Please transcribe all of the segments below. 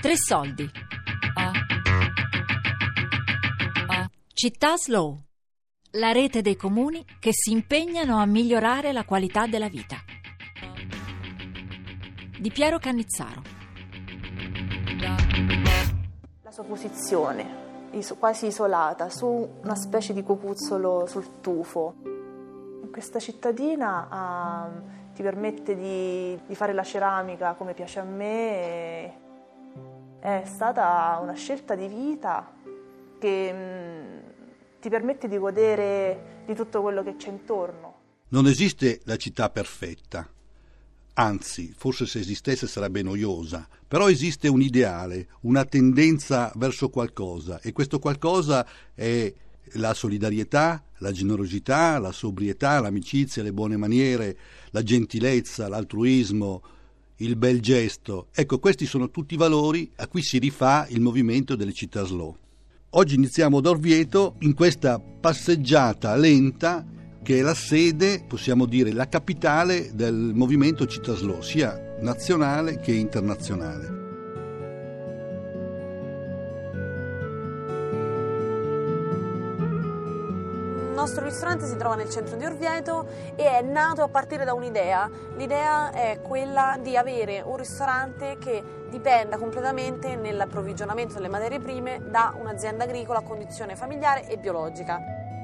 Tre soldi. Città Slow. La rete dei comuni che si impegnano a migliorare la qualità della vita. Di Piero Cannizzaro. La sua posizione, quasi isolata, su una specie di cocuzzolo sul tufo. Questa cittadina ti permette di fare la ceramica come piace a me. È stata una scelta di vita che ti permette di godere di tutto quello che c'è intorno. Non esiste la città perfetta, anzi, forse se esistesse sarebbe noiosa, però esiste un ideale, una tendenza verso qualcosa, e questo qualcosa è la solidarietà, la generosità, la sobrietà, l'amicizia, le buone maniere, la gentilezza, l'altruismo, il bel gesto. Ecco, questi sono tutti valori a cui si rifà il movimento delle città slow. Oggi iniziamo da Orvieto in questa passeggiata lenta che è la sede, possiamo dire, la capitale del movimento città slow, sia nazionale che internazionale. Il nostro ristorante si trova nel centro di Orvieto e è nato a partire da un'idea. L'idea è quella di avere un ristorante che dipenda completamente nell'approvvigionamento delle materie prime da un'azienda agricola a condizione familiare e biologica.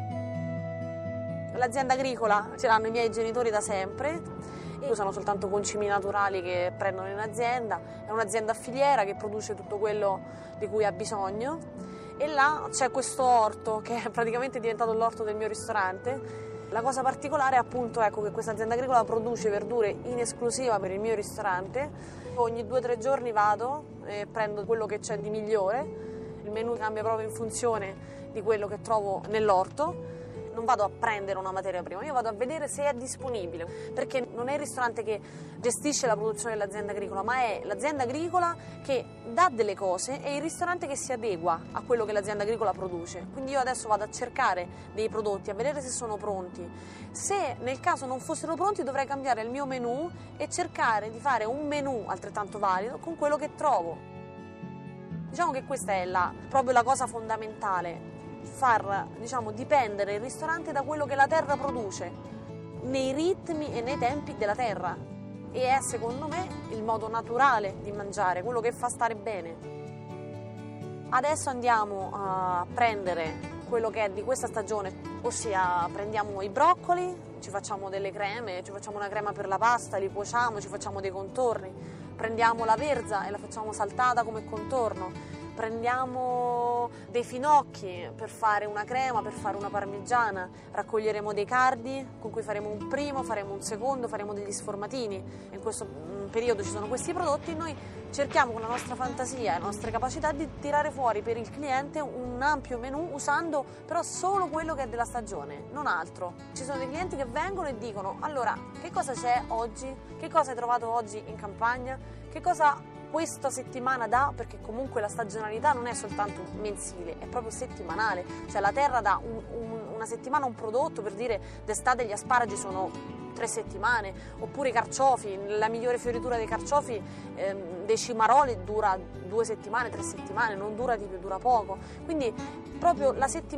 L'azienda agricola ce l'hanno i miei genitori da sempre, usano soltanto concimi naturali che prendono in azienda, è un'azienda a filiera che produce tutto quello di cui ha bisogno. E là c'è questo orto che è praticamente diventato l'orto del mio ristorante. La cosa particolare è appunto che questa azienda agricola produce verdure in esclusiva per il mio ristorante. Ogni 2-3 giorni vado e prendo quello che c'è di migliore. Il menù cambia proprio in funzione di quello che trovo nell'orto. Non vado a prendere una materia prima, io vado a vedere se è disponibile, perché non è il ristorante che gestisce la produzione dell'azienda agricola, ma è l'azienda agricola che dà delle cose e il ristorante che si adegua a quello che l'azienda agricola produce. Quindi io adesso vado a cercare dei prodotti, a vedere se sono pronti. Se nel caso non fossero pronti dovrei cambiare il mio menù e cercare di fare un menù altrettanto valido con quello che trovo. Diciamo che questa è proprio la cosa fondamentale. Far dipendere il ristorante da quello che la terra produce nei ritmi e nei tempi della terra, e è secondo me il modo naturale di mangiare, quello che fa stare bene. Adesso andiamo a prendere quello che è di questa stagione, ossia prendiamo i broccoli, ci facciamo delle creme, ci facciamo una crema per la pasta, li cuociamo, ci facciamo dei contorni, prendiamo la verza e la facciamo saltata come contorno. Prendiamo dei finocchi per fare una crema, per fare una parmigiana, raccoglieremo dei cardi con cui faremo un primo, faremo un secondo, faremo degli sformatini. In questo periodo ci sono questi prodotti e noi cerchiamo con la nostra fantasia e le nostre capacità di tirare fuori per il cliente un ampio menù usando però solo quello che è della stagione, non altro. Ci sono dei clienti che vengono e dicono: allora, che cosa c'è oggi? Che cosa hai trovato oggi in campagna? Che cosa questa settimana dà? Perché comunque la stagionalità non è soltanto mensile, è proprio settimanale, cioè la terra dà una settimana un prodotto, per dire d'estate gli asparagi sono 3 settimane, oppure i carciofi, la migliore fioritura dei carciofi, dei cimaroli dura 2 settimane, 3 settimane, non dura di più, dura poco. Quindi proprio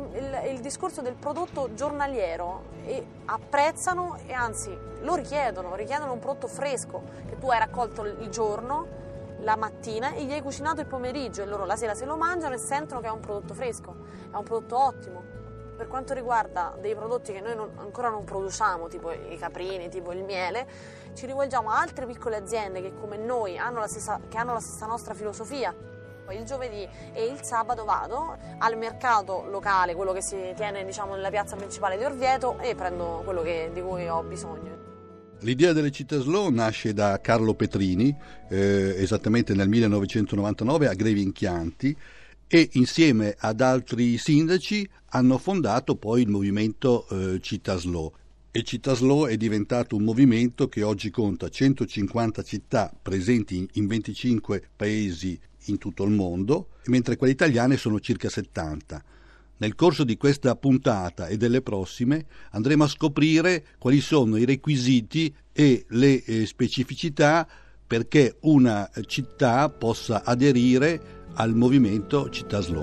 il discorso del prodotto giornaliero, e apprezzano e anzi lo richiedono un prodotto fresco che tu hai raccolto il giorno, la mattina, e gli hai cucinato il pomeriggio, e loro la sera se lo mangiano e sentono che è un prodotto fresco, è un prodotto ottimo. Per quanto riguarda dei prodotti che noi ancora non produciamo, tipo i caprini, tipo il miele, ci rivolgiamo a altre piccole aziende che come noi hanno la stessa nostra filosofia. Il giovedì e il sabato vado al mercato locale, quello che si tiene nella piazza principale di Orvieto, e prendo quello di cui ho bisogno. L'idea delle città slow nasce da Carlo Petrini, esattamente nel 1999 a Grevi in Chianti, e insieme ad altri sindaci hanno fondato poi il movimento Città Slow. E Città Slow è diventato un movimento che oggi conta 150 città presenti in 25 paesi in tutto il mondo, mentre quelle italiane sono circa 70. Nel corso di questa puntata e delle prossime andremo a scoprire quali sono i requisiti e le specificità perché una città possa aderire al movimento Città Slow.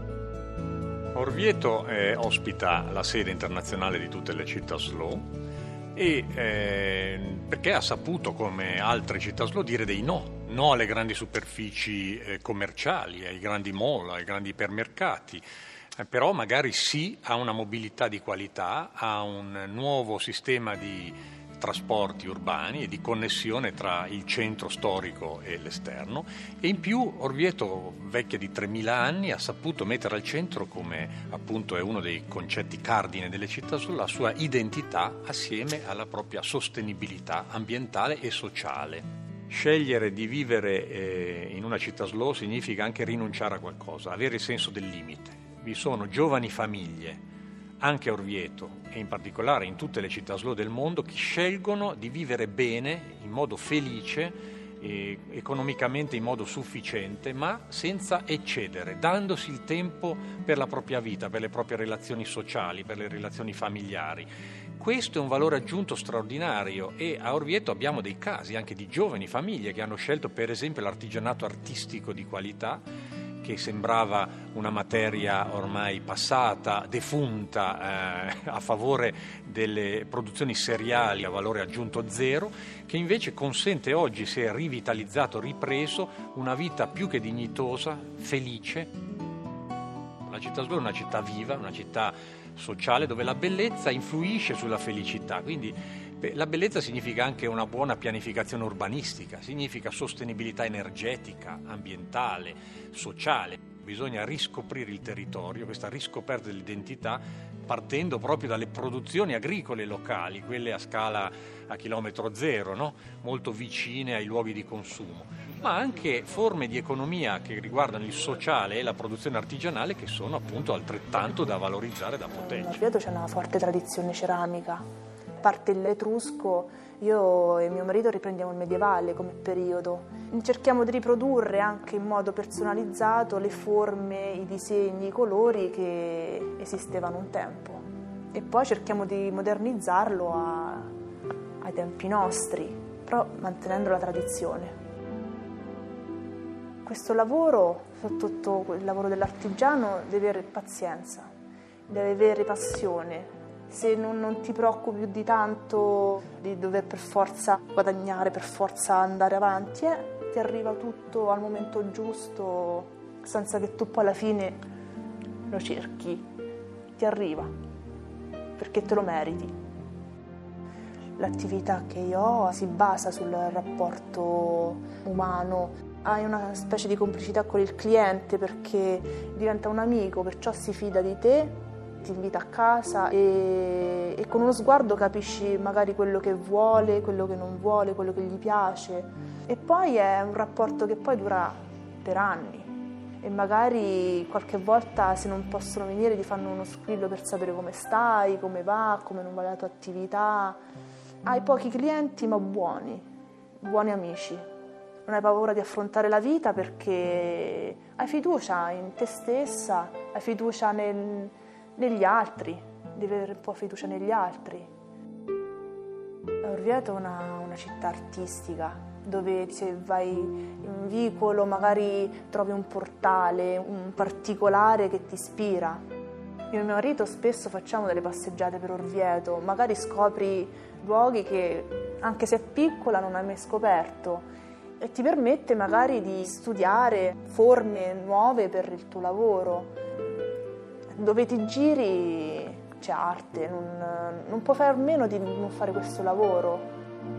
Orvieto ospita la sede internazionale di tutte le città slow e perché ha saputo, come altre città slow, dire dei no alle grandi superfici commerciali, ai grandi mall, ai grandi ipermercati, però magari sì a una mobilità di qualità, a un nuovo sistema di trasporti urbani e di connessione tra il centro storico e l'esterno, e in più Orvieto, vecchia di 3.000 anni, ha saputo mettere al centro, come appunto è uno dei concetti cardine delle città slow, la sua identità assieme alla propria sostenibilità ambientale e sociale. Scegliere di vivere in una città slow significa anche rinunciare a qualcosa, avere il senso del limite. Vi sono giovani famiglie, anche a Orvieto e in particolare in tutte le città slow del mondo, che scelgono di vivere bene, in modo felice, economicamente in modo sufficiente, ma senza eccedere, dandosi il tempo per la propria vita, per le proprie relazioni sociali, per le relazioni familiari. Questo è un valore aggiunto straordinario e a Orvieto abbiamo dei casi anche di giovani famiglie che hanno scelto per esempio l'artigianato artistico di qualità, che sembrava una materia ormai passata, defunta, a favore delle produzioni seriali a valore aggiunto zero, che invece consente oggi, si è rivitalizzato, ripreso, una vita più che dignitosa, felice. La città slow è una città viva, una città sociale dove la bellezza influisce sulla felicità, quindi la bellezza significa anche una buona pianificazione urbanistica, significa sostenibilità energetica, ambientale, sociale. Bisogna riscoprire il territorio, questa riscoperta dell'identità, partendo proprio dalle produzioni agricole locali, quelle a scala a chilometro zero, no? Molto vicine ai luoghi di consumo, ma anche forme di economia che riguardano il sociale e la produzione artigianale che sono appunto altrettanto da valorizzare e da proteggere. In Orvieto c'è una forte tradizione ceramica. A parte l'etrusco, io e mio marito riprendiamo il medievale come periodo. Cerchiamo di riprodurre anche in modo personalizzato le forme, i disegni, i colori che esistevano un tempo. E poi cerchiamo di modernizzarlo ai tempi nostri, però mantenendo la tradizione. Questo lavoro, soprattutto il lavoro dell'artigiano, deve avere pazienza, deve avere passione. Se non ti preoccupi più di tanto di dover per forza guadagnare, per forza andare avanti, ti arriva tutto al momento giusto, senza che tu poi alla fine lo cerchi, ti arriva, perché te lo meriti. L'attività che io ho si basa sul rapporto umano, hai una specie di complicità con il cliente perché diventa un amico, perciò si fida di te, ti invita a casa e con uno sguardo capisci magari quello che vuole, quello che non vuole, quello che gli piace, e poi è un rapporto che poi dura per anni e magari qualche volta, se non possono venire, ti fanno uno squillo per sapere come stai, come va, come non va la tua attività. Hai pochi clienti ma buoni amici, non hai paura di affrontare la vita perché hai fiducia in te stessa, hai fiducia negli altri, devi avere un po' fiducia negli altri. Orvieto è una città artistica, dove se vai in vicolo magari trovi un portale, un particolare che ti ispira. Io e mio marito spesso facciamo delle passeggiate per Orvieto, magari scopri luoghi che, anche se è piccola, non hai mai scoperto, e ti permette magari di studiare forme nuove per il tuo lavoro. Dove ti giri c'è arte, non puoi fare a meno di non fare questo lavoro.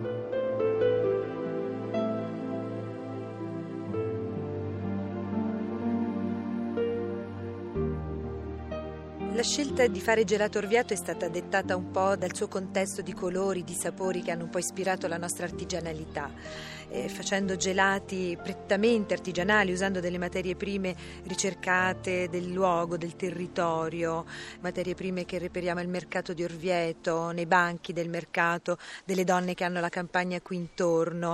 La scelta di fare Gelato Orvieto è stata dettata un po' dal suo contesto di colori, di sapori che hanno un po' ispirato la nostra artigianalità. Facendo gelati prettamente artigianali, usando delle materie prime ricercate del luogo, del territorio, materie prime che reperiamo al mercato di Orvieto, nei banchi del mercato, delle donne che hanno la campagna qui intorno.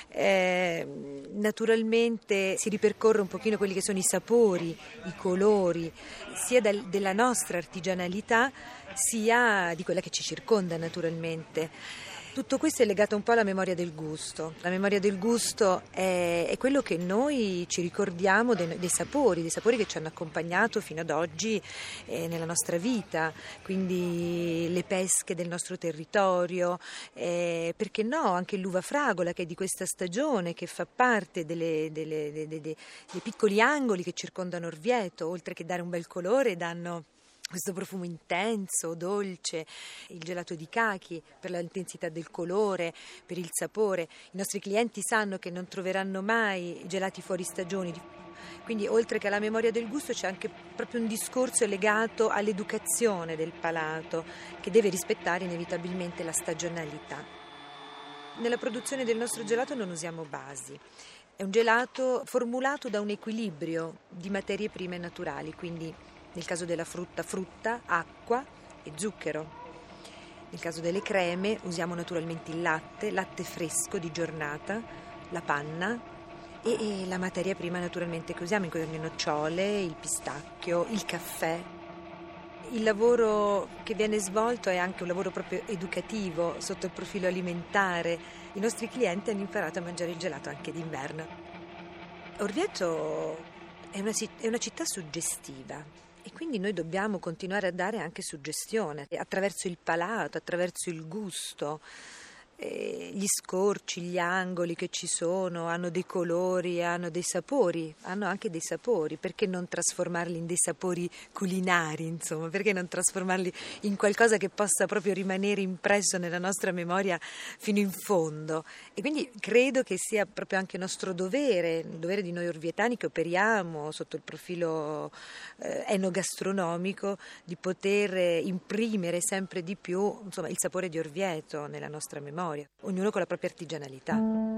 Naturalmente si ripercorre un pochino quelli che sono i sapori, i colori, sia della nostra artigianalità sia di quella che ci circonda naturalmente. Tutto questo è legato un po' alla memoria del gusto. La memoria del gusto è quello che noi ci ricordiamo dei sapori che ci hanno accompagnato fino ad oggi nella nostra vita, quindi le pesche del nostro territorio, perché no, anche l'uva fragola che è di questa stagione, che fa parte dei piccoli angoli che circondano Orvieto, oltre che dare un bel colore, danno questo profumo intenso, dolce, il gelato di cachi per l'intensità del colore, per il sapore. I nostri clienti sanno che non troveranno mai gelati fuori stagione, quindi oltre che alla memoria del gusto c'è anche proprio un discorso legato all'educazione del palato che deve rispettare inevitabilmente la stagionalità. Nella produzione del nostro gelato non usiamo basi. È un gelato formulato da un equilibrio di materie prime naturali, quindi nel caso della frutta, acqua e zucchero. Nel caso delle creme usiamo naturalmente il latte fresco di giornata, la panna e la materia prima naturalmente che usiamo, in cui le nocciole, il pistacchio, il caffè. Il lavoro che viene svolto è anche un lavoro proprio educativo sotto il profilo alimentare. I nostri clienti hanno imparato a mangiare il gelato anche d'inverno. Orvieto è una città suggestiva. E quindi noi dobbiamo continuare a dare anche suggestione attraverso il palato, attraverso il gusto. Gli scorci, gli angoli che ci sono hanno dei colori, hanno dei sapori, hanno anche dei sapori. Perché non trasformarli in dei sapori culinari, insomma? Perché non trasformarli in qualcosa che possa proprio rimanere impresso nella nostra memoria fino in fondo? E quindi credo che sia proprio anche nostro dovere, il dovere di noi orvietani che operiamo sotto il profilo enogastronomico, di poter imprimere sempre di più, insomma, il sapore di Orvieto nella nostra memoria. Ognuno con la propria artigianalità.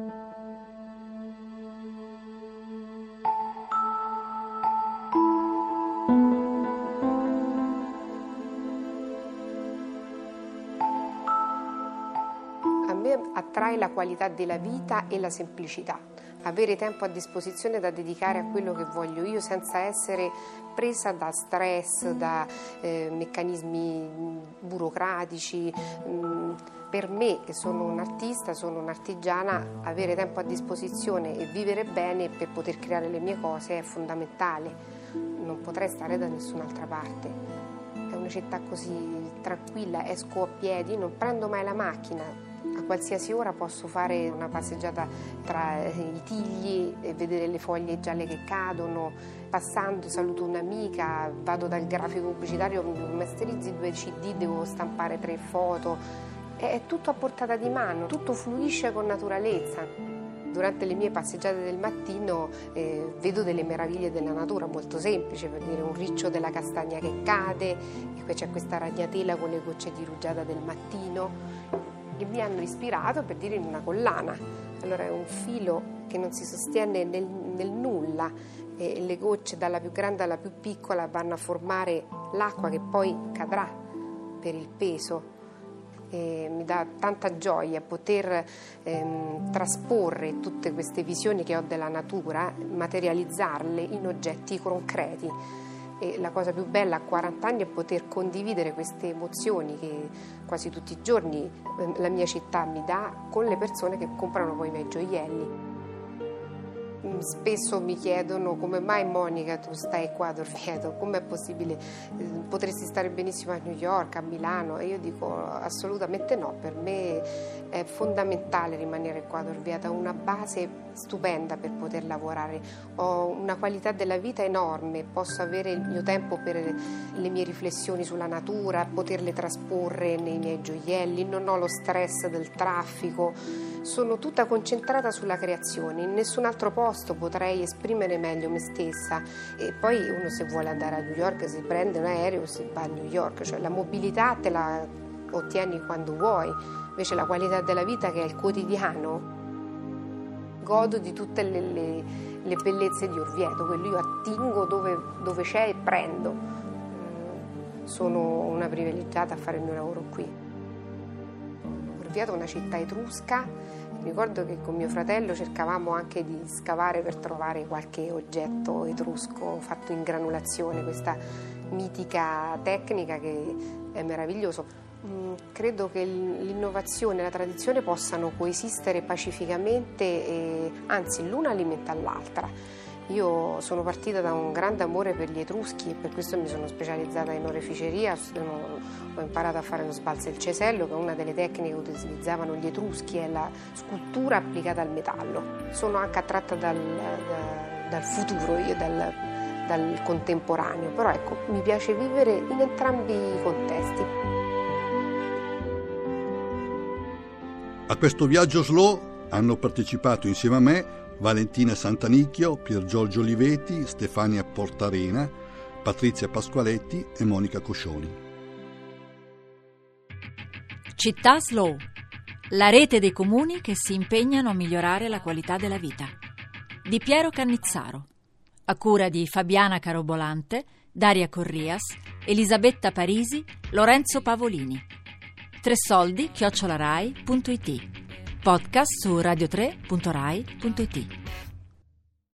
A me attrae la qualità della vita e la semplicità. Avere tempo a disposizione da dedicare a quello che voglio io senza essere presa da stress, da meccanismi burocratici. Per me, che sono un artista, sono un'artigiana, avere tempo a disposizione e vivere bene per poter creare le mie cose è fondamentale. Non potrei stare da nessun'altra parte. È una città così tranquilla, esco a piedi, non prendo mai la macchina. A qualsiasi ora posso fare una passeggiata tra i tigli e vedere le foglie gialle che cadono. Passando saluto un'amica, vado dal grafico pubblicitario, mi masterizzi 2 CD, devo stampare 3 foto. È tutto a portata di mano, tutto fluisce con naturalezza. Durante le mie passeggiate del mattino vedo delle meraviglie della natura, molto semplici, per dire un riccio della castagna che cade, e poi c'è questa ragnatela con le gocce di rugiada del mattino, che mi hanno ispirato, per dire, in una collana. Allora è un filo che non si sostiene nel nulla, e le gocce dalla più grande alla più piccola vanno a formare l'acqua che poi cadrà per il peso. Mi dà tanta gioia poter trasporre tutte queste visioni che ho della natura, materializzarle in oggetti concreti. E la cosa più bella a 40 anni è poter condividere queste emozioni che quasi tutti i giorni la mia città mi dà con le persone che comprano poi i miei gioielli. Spesso mi chiedono: come mai, Monica, tu stai qua ad Orvieto? Com'è possibile? Potresti stare benissimo a New York, a Milano? E io dico assolutamente no, per me è fondamentale rimanere qua ad Orvieto, ho una base stupenda per poter lavorare, ho una qualità della vita enorme, posso avere il mio tempo per le mie riflessioni sulla natura, poterle trasporre nei miei gioielli, non ho lo stress del traffico, sono tutta concentrata sulla creazione, in nessun altro posto potrei esprimere meglio me stessa. E poi uno, se vuole andare a New York, si prende un aereo e si va a New York, cioè la mobilità te la ottieni quando vuoi, invece la qualità della vita, che è il quotidiano, godo di tutte le bellezze di Orvieto, quello io attingo dove c'è e prendo. Sono una privilegiata a fare il mio lavoro qui. Orvieto è una città etrusca. Ricordo che con mio fratello cercavamo anche di scavare per trovare qualche oggetto etrusco fatto in granulazione, questa mitica tecnica che è meravigliosa. Credo che l'innovazione e la tradizione possano coesistere pacificamente, anzi l'una alimenta l'altra. Io sono partita da un grande amore per gli Etruschi e per questo mi sono specializzata in oreficeria, ho imparato a fare lo sbalzo del cesello, che è una delle tecniche che utilizzavano gli Etruschi, è la scultura applicata al metallo. Sono anche attratta dal futuro, io dal contemporaneo, però ecco, mi piace vivere in entrambi i contesti. A questo viaggio slow hanno partecipato insieme a me Valentina Santanicchio, Pier Giorgio Oliveti, Stefania Portarena, Patrizia Pasqualetti e Monica Coscioni. Città Slow, la rete dei comuni che si impegnano a migliorare la qualità della vita. Di Piero Cannizzaro, a cura di Fabiana Carobolante, Daria Corrias, Elisabetta Parisi, Lorenzo Pavolini. tresoldi@rai.it. Podcast su radio3.rai.it.